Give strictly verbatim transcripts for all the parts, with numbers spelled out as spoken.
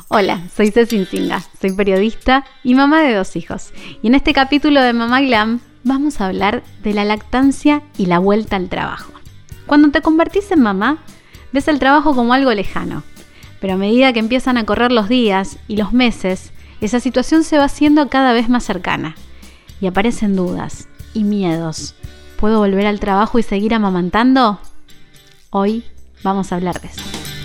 Hola, soy Ceci Nzinga, soy periodista y mamá de dos hijos. Y en este capítulo de Mamá Glam vamos a hablar de la lactancia y la vuelta al trabajo. Cuando te convertís en mamá, ves el trabajo como algo lejano. Pero a medida que empiezan a correr los días y los meses, esa situación se va haciendo cada vez más cercana. Y aparecen dudas y miedos. ¿Puedo volver al trabajo y seguir amamantando? Hoy vamos a hablar de eso.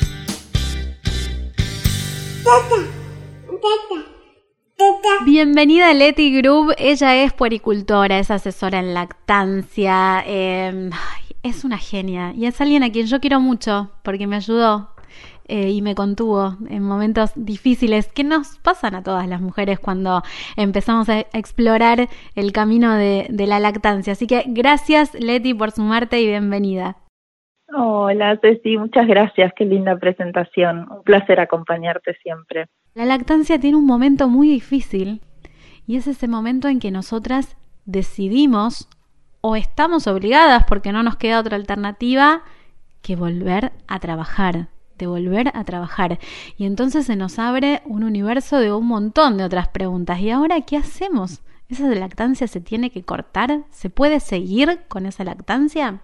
Bienvenida a Leti Grub. Ella es puericultora, es asesora en lactancia, eh, es una genia y es alguien a quien yo quiero mucho porque me ayudó eh, y me contuvo en momentos difíciles que nos pasan a todas las mujeres cuando empezamos a explorar el camino de, de la lactancia. Así que gracias, Leti, por sumarte y bienvenida. Hola, Ceci, muchas gracias, qué linda presentación, un placer acompañarte siempre. La lactancia tiene un momento muy difícil y es ese momento en que nosotras decidimos o estamos obligadas, porque no nos queda otra alternativa, que volver a trabajar, de volver a trabajar. Y entonces se nos abre un universo de un montón de otras preguntas. ¿Y ahora qué hacemos? ¿Esa lactancia se tiene que cortar? ¿Se puede seguir con esa lactancia?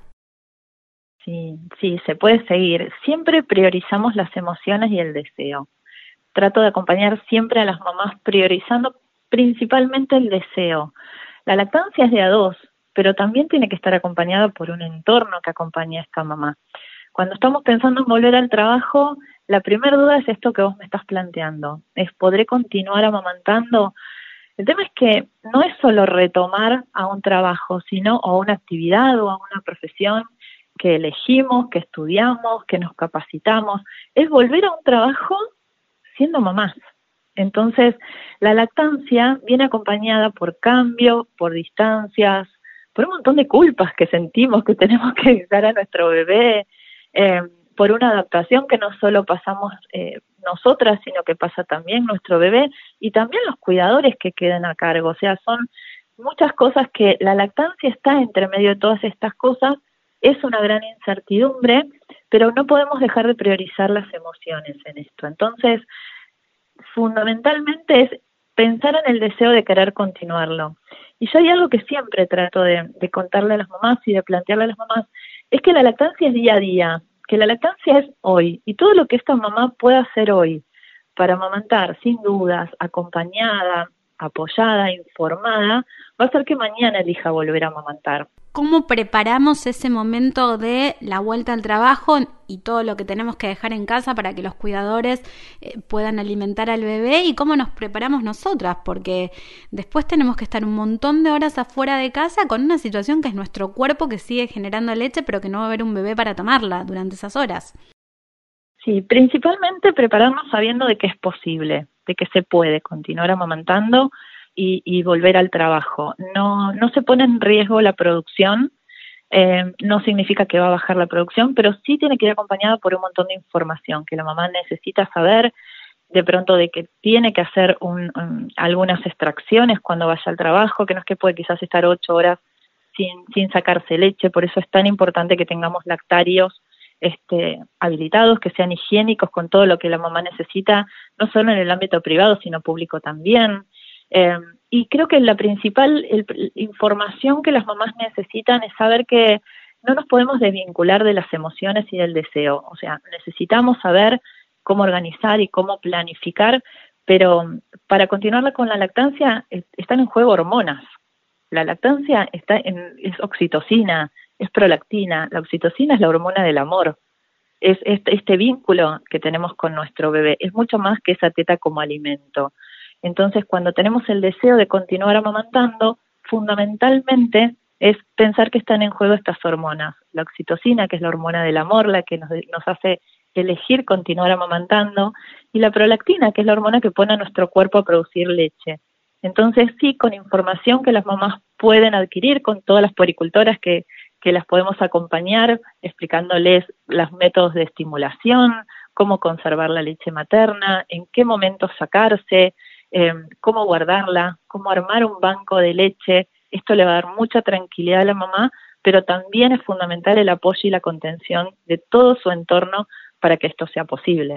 Sí, sí, se puede seguir. Siempre priorizamos las emociones y el deseo. Trato de acompañar siempre a las mamás priorizando principalmente el deseo. La lactancia es de a dos, pero también tiene que estar acompañada por un entorno que acompañe a esta mamá. Cuando estamos pensando en volver al trabajo, la primera duda es esto que vos me estás planteando, es ¿podré continuar amamantando? El tema es que no es solo retomar a un trabajo, sino a una actividad o a una profesión que elegimos, que estudiamos, que nos capacitamos, es volver a un trabajo siendo mamás. Entonces, la lactancia viene acompañada por cambio, por distancias, por un montón de culpas que sentimos que tenemos que dar a nuestro bebé, eh, por una adaptación que no solo pasamos eh, nosotras, sino que pasa también nuestro bebé y también los cuidadores que queden a cargo. O sea, son muchas cosas que la lactancia está entre medio de todas estas cosas. Es una gran incertidumbre, pero no podemos dejar de priorizar las emociones en esto. Entonces, fundamentalmente es pensar en el deseo de querer continuarlo. Y yo hay algo que siempre trato de, de contarle a las mamás y de plantearle a las mamás, es que la lactancia es día a día, que la lactancia es hoy, y todo lo que esta mamá pueda hacer hoy para amamantar sin dudas, acompañada, apoyada, informada, va a hacer que mañana elija volver a amamantar. ¿Cómo preparamos ese momento de la vuelta al trabajo y todo lo que tenemos que dejar en casa para que los cuidadores eh, puedan alimentar al bebé? ¿Y cómo nos preparamos nosotras? Porque después tenemos que estar un montón de horas afuera de casa con una situación que es nuestro cuerpo que sigue generando leche, pero que no va a haber un bebé para tomarla durante esas horas. Sí, principalmente prepararnos sabiendo de que es posible, de que se puede continuar amamantando y, y volver al trabajo. No, no se pone en riesgo la producción, eh, no significa que va a bajar la producción, pero sí tiene que ir acompañada por un montón de información que la mamá necesita saber, de pronto de que tiene que hacer un, un, algunas extracciones cuando vaya al trabajo, que no es que puede quizás estar ocho horas sin, sin sacarse leche, por eso es tan importante que tengamos lactarios Este, habilitados, que sean higiénicos con todo lo que la mamá necesita, no solo en el ámbito privado, sino público también. Eh, y creo que la principal el, información que las mamás necesitan es saber que no nos podemos desvincular de las emociones y del deseo. O sea, necesitamos saber cómo organizar y cómo planificar, pero para continuar con la lactancia están en juego hormonas. La lactancia está en, es oxitocina, es prolactina. La oxitocina es la hormona del amor. Es este, este vínculo que tenemos con nuestro bebé. Es mucho más que esa teta como alimento. Entonces, cuando tenemos el deseo de continuar amamantando, fundamentalmente es pensar que están en juego estas hormonas. La oxitocina, que es la hormona del amor, la que nos, nos hace elegir continuar amamantando, y la prolactina, que es la hormona que pone a nuestro cuerpo a producir leche. Entonces, sí, con información que las mamás pueden adquirir, con todas las puericultoras que, que las podemos acompañar, explicándoles los métodos de estimulación, cómo conservar la leche materna, en qué momento sacarse, eh, cómo guardarla, cómo armar un banco de leche. Esto le va a dar mucha tranquilidad a la mamá, pero también es fundamental el apoyo y la contención de todo su entorno para que esto sea posible.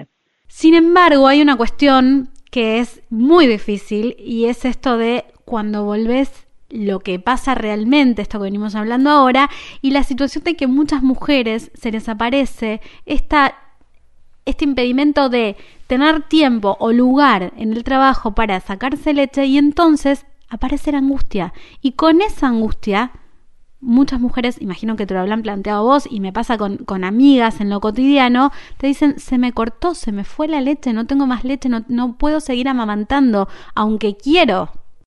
Sin embargo, hay una cuestión que es muy difícil y es esto de cuando volvés lo que pasa realmente, esto que venimos hablando ahora, y la situación de que muchas mujeres se les aparece esta, este impedimento de tener tiempo o lugar en el trabajo para sacarse leche y entonces aparece la angustia. Y con esa angustia, muchas mujeres, imagino que te lo habrán planteado vos y me pasa con, con amigas en lo cotidiano, te dicen, se me cortó, se me fue la leche, no tengo más leche, no, no puedo seguir amamantando, aunque quiero.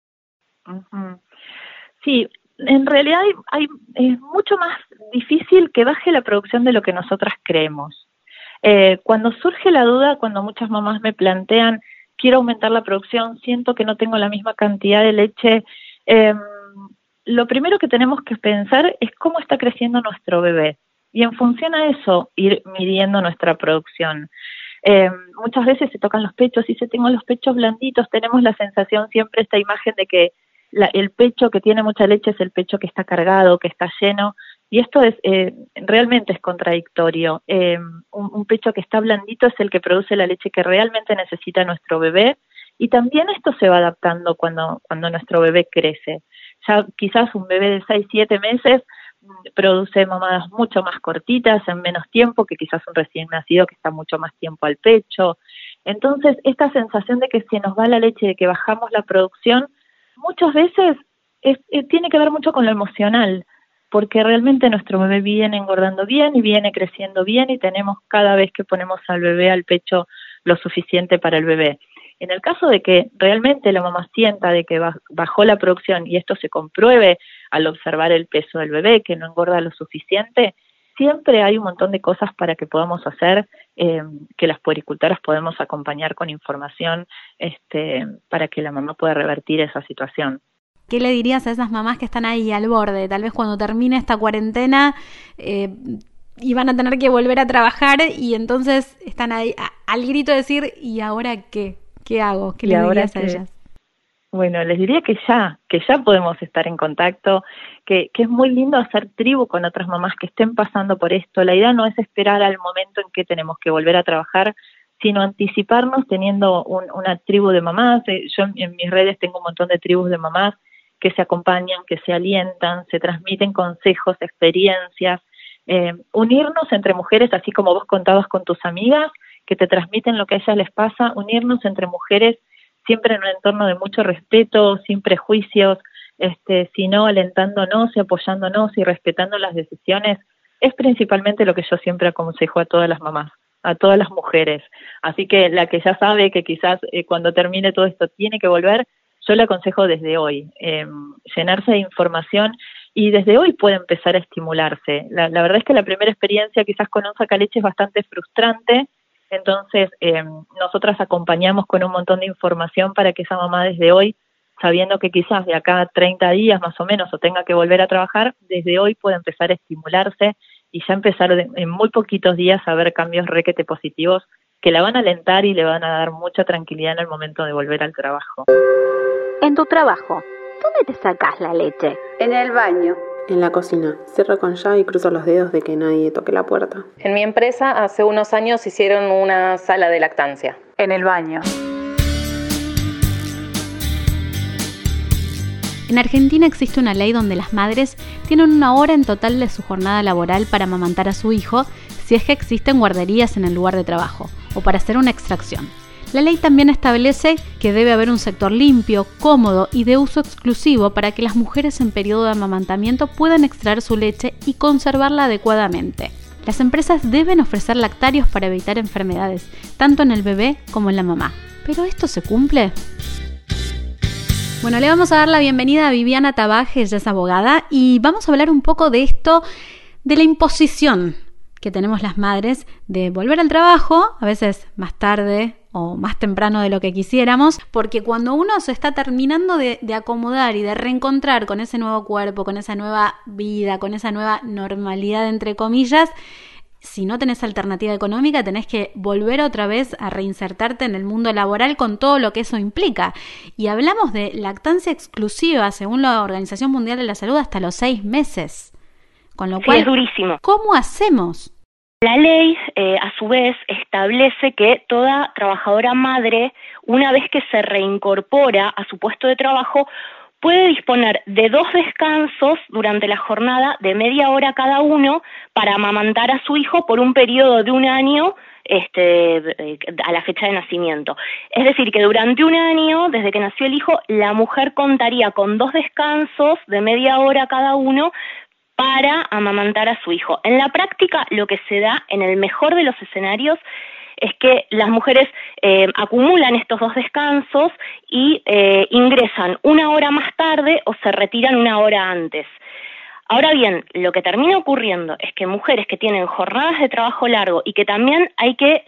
Uh-huh. Sí, en realidad hay, hay, es mucho más difícil que baje la producción de lo que nosotras creemos. Eh, cuando surge la duda, cuando muchas mamás me plantean, quiero aumentar la producción, siento que no tengo la misma cantidad de leche, eh, lo primero que tenemos que pensar es cómo está creciendo nuestro bebé y en función a eso ir midiendo nuestra producción. Eh, muchas veces se tocan los pechos y si tengo los pechos blanditos, tenemos la sensación siempre, esta imagen de que La, el pecho que tiene mucha leche es el pecho que está cargado, que está lleno, y esto es eh, realmente es contradictorio. Eh, un, un pecho que está blandito es el que produce la leche que realmente necesita nuestro bebé, y también esto se va adaptando cuando, cuando nuestro bebé crece. Ya quizás un bebé de seis, siete meses produce mamadas mucho más cortitas, en menos tiempo, que quizás un recién nacido que está mucho más tiempo al pecho. Entonces, esta sensación de que se nos va la leche, de que bajamos la producción, muchas veces es, es, tiene que ver mucho con lo emocional, porque realmente nuestro bebé viene engordando bien y viene creciendo bien y tenemos cada vez que ponemos al bebé al pecho lo suficiente para el bebé. En el caso de que realmente la mamá sienta de que bajó la producción y esto se compruebe al observar el peso del bebé, que no engorda lo suficiente, siempre hay un montón de cosas para que podamos hacer, eh, que las puericultoras podemos acompañar con información este, para que la mamá pueda revertir esa situación. ¿Qué le dirías a esas mamás que están ahí al borde? Tal vez cuando termine esta cuarentena eh, y van a tener que volver a trabajar y entonces están ahí a, al grito de decir, ¿y ahora qué? ¿Qué hago? ¿Qué le dirías a ellas? Bueno, les diría que ya, que ya podemos estar en contacto, que, que es muy lindo hacer tribu con otras mamás que estén pasando por esto. La idea no es esperar al momento en que tenemos que volver a trabajar, sino anticiparnos teniendo un, una tribu de mamás. Yo en, en mis redes tengo un montón de tribus de mamás que se acompañan, que se alientan, se transmiten consejos, experiencias, eh, unirnos entre mujeres, así como vos contabas con tus amigas, que te transmiten lo que a ellas les pasa, unirnos entre mujeres siempre en un entorno de mucho respeto, sin prejuicios, este, sino alentándonos y apoyándonos y respetando las decisiones, es principalmente lo que yo siempre aconsejo a todas las mamás, a todas las mujeres. Así que la que ya sabe que quizás eh, cuando termine todo esto tiene que volver, yo le aconsejo desde hoy, eh, llenarse de información y desde hoy puede empezar a estimularse. La, la verdad es que la primera experiencia quizás con un sacaleche es bastante frustrante. Entonces, eh, nosotras acompañamos con un montón de información para que esa mamá desde hoy, sabiendo que quizás de acá a treinta días más o menos o tenga que volver a trabajar, desde hoy puede empezar a estimularse y ya empezar de, en muy poquitos días a ver cambios requete positivos que la van a alentar y le van a dar mucha tranquilidad en el momento de volver al trabajo. En tu trabajo, ¿dónde te sacas la leche? En el baño. En la cocina. Cierro con llave y cruzo los dedos de que nadie toque la puerta. En mi empresa hace unos años hicieron una sala de lactancia. En el baño. En Argentina existe una ley donde las madres tienen una hora en total de su jornada laboral para amamantar a su hijo, si es que existen guarderías en el lugar de trabajo, o para hacer una extracción. La ley también establece que debe haber un sector limpio, cómodo y de uso exclusivo para que las mujeres en periodo de amamantamiento puedan extraer su leche y conservarla adecuadamente. Las empresas deben ofrecer lactarios para evitar enfermedades, tanto en el bebé como en la mamá. ¿Pero esto se cumple? Bueno, le vamos a dar la bienvenida a Viviana Tabaje, ella es abogada, y vamos a hablar un poco de esto, de la imposición que tenemos las madres de volver al trabajo, a veces más tarde o más temprano de lo que quisiéramos, porque cuando uno se está terminando de, de acomodar y de reencontrar con ese nuevo cuerpo, con esa nueva vida, con esa nueva normalidad, entre comillas, si no tenés alternativa económica, tenés que volver otra vez a reinsertarte en el mundo laboral con todo lo que eso implica. Y hablamos de lactancia exclusiva, según la Organización Mundial de la Salud, hasta los seis meses. Con lo cual, sí, es durísimo. ¿Cómo hacemos? La ley, eh, a su vez, establece que toda trabajadora madre, una vez que se reincorpora a su puesto de trabajo, puede disponer de dos descansos durante la jornada de media hora cada uno para amamantar a su hijo por un periodo de un año este, a la fecha de nacimiento. Es decir, que durante un año, desde que nació el hijo, la mujer contaría con dos descansos de media hora cada uno para amamantar a su hijo. En la práctica, lo que se da, en el mejor de los escenarios, es que las mujeres eh, acumulan estos dos descansos y eh, ingresan una hora más tarde o se retiran una hora antes. Ahora bien, lo que termina ocurriendo es que mujeres que tienen jornadas de trabajo largo y que también hay que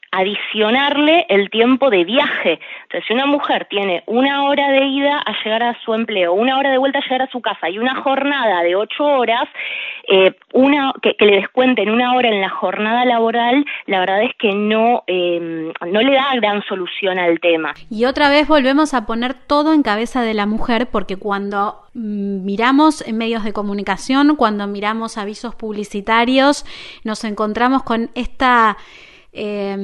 adicionarle el tiempo de viaje. Entonces, si una mujer tiene una hora de ida a llegar a su empleo, una hora de vuelta a llegar a su casa y una jornada de ocho horas, eh, una que, que le descuenten una hora en la jornada laboral, la verdad es que no, eh, no le da gran solución al tema. Y otra vez volvemos a poner todo en cabeza de la mujer, porque cuando miramos en medios de comunicación, cuando miramos avisos publicitarios, nos encontramos con esta... Eh,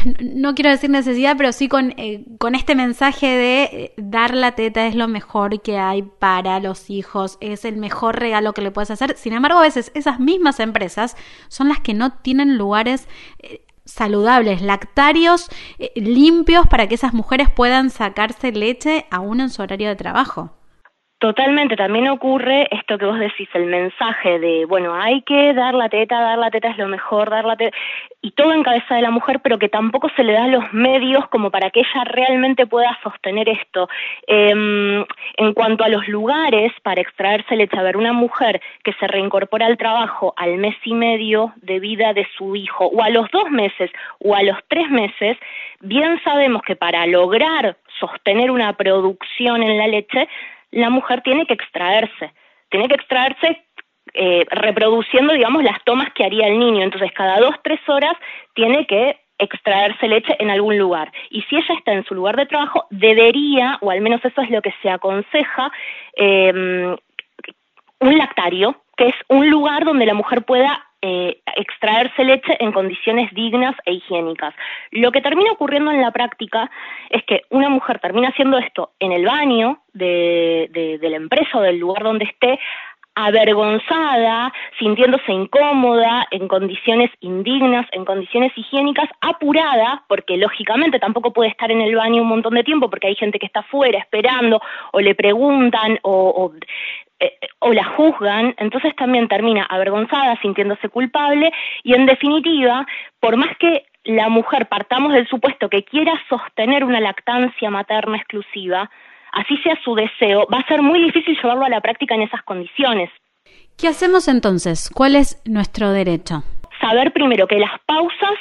no quiero decir necesidad, pero sí con, eh, con este mensaje de eh, dar la teta es lo mejor que hay para los hijos, es el mejor regalo que le puedes hacer. Sin embargo, a veces esas mismas empresas son las que no tienen lugares eh, saludables, lactarios eh, limpios para que esas mujeres puedan sacarse leche aún en su horario de trabajo. Totalmente, también ocurre esto que vos decís, el mensaje de, bueno, hay que dar la teta, dar la teta es lo mejor, dar la teta, y todo en cabeza de la mujer, pero que tampoco se le da los medios como para que ella realmente pueda sostener esto. Eh, en cuanto a los lugares para extraerse leche, a ver, una mujer que se reincorpora al trabajo al mes y medio de vida de su hijo, o a los dos meses, o a los tres meses, bien sabemos que para lograr sostener una producción en la leche, la mujer tiene que extraerse, tiene que extraerse eh, reproduciendo, digamos, las tomas que haría el niño. Entonces, cada dos, tres horas tiene que extraerse leche en algún lugar. Y si ella está en su lugar de trabajo, debería, o al menos eso es lo que se aconseja, eh, un lactario, que es un lugar donde la mujer pueda Eh, extraerse leche en condiciones dignas e higiénicas. Lo que termina ocurriendo en la práctica es que una mujer termina haciendo esto en el baño de, de, de la empresa o del lugar donde esté, avergonzada, sintiéndose incómoda, en condiciones indignas, en condiciones higiénicas, apurada, porque lógicamente tampoco puede estar en el baño un montón de tiempo porque hay gente que está afuera esperando, o le preguntan, o... o Eh, o la juzgan, entonces también termina avergonzada, sintiéndose culpable, y en definitiva, por más que la mujer partamos del supuesto que quiera sostener una lactancia materna exclusiva, así sea su deseo, va a ser muy difícil llevarlo a la práctica en esas condiciones. ¿Qué hacemos entonces? ¿Cuál es nuestro derecho? Saber primero que las pausas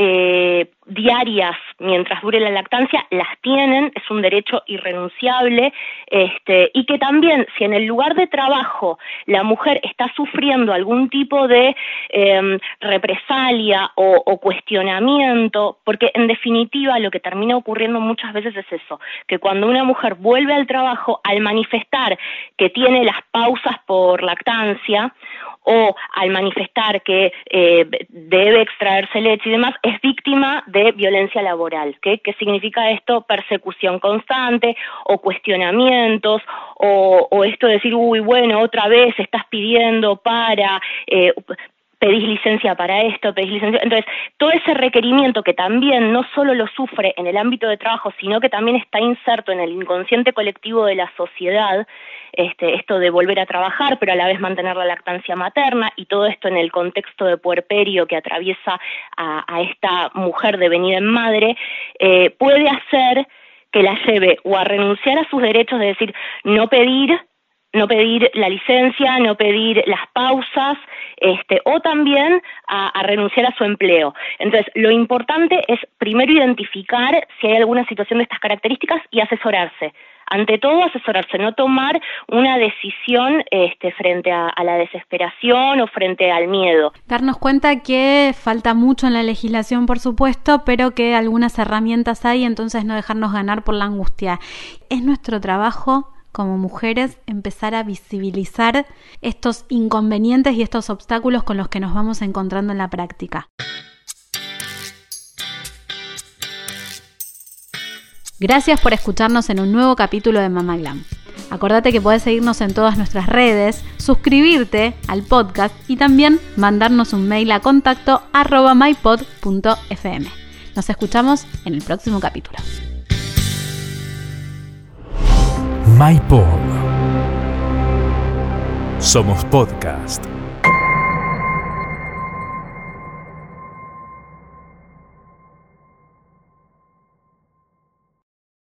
Eh, diarias mientras dure la lactancia las tienen, es un derecho irrenunciable, este, y que también si en el lugar de trabajo la mujer está sufriendo algún tipo de eh, represalia o, o cuestionamiento, porque en definitiva lo que termina ocurriendo muchas veces es eso, que cuando una mujer vuelve al trabajo, al manifestar que tiene las pausas por lactancia o al manifestar que eh, debe extraerse leche y demás, es víctima de violencia laboral. ¿Qué, qué significa esto? Persecución constante o cuestionamientos o, o esto de decir, uy, bueno, otra vez estás pidiendo para... Eh, pedís licencia para esto, pedís licencia... Entonces, todo ese requerimiento que también no solo lo sufre en el ámbito de trabajo, sino que también está inserto en el inconsciente colectivo de la sociedad, este, esto de volver a trabajar, pero a la vez mantener la lactancia materna, y todo esto en el contexto de puerperio que atraviesa a, a esta mujer devenida en madre, eh, puede hacer que la lleve o a renunciar a sus derechos, de decir, no pedir... no pedir la licencia, no pedir las pausas, este, o también a, a renunciar a su empleo. Entonces, lo importante es primero identificar si hay alguna situación de estas características y asesorarse. Ante todo, asesorarse, no tomar una decisión este, frente a, a la desesperación o frente al miedo. Darnos cuenta que falta mucho en la legislación, por supuesto, pero que algunas herramientas hay, entonces no dejarnos ganar por la angustia. Es nuestro trabajo como mujeres empezar a visibilizar estos inconvenientes y estos obstáculos con los que nos vamos encontrando en la práctica. Gracias por escucharnos en un nuevo capítulo de Mama Glam. Acordate que podés seguirnos en todas nuestras redes, suscribirte al podcast y también mandarnos un mail a contacto arroba mypod punto f m. Nos escuchamos en el próximo capítulo. MyPod. Somos podcast.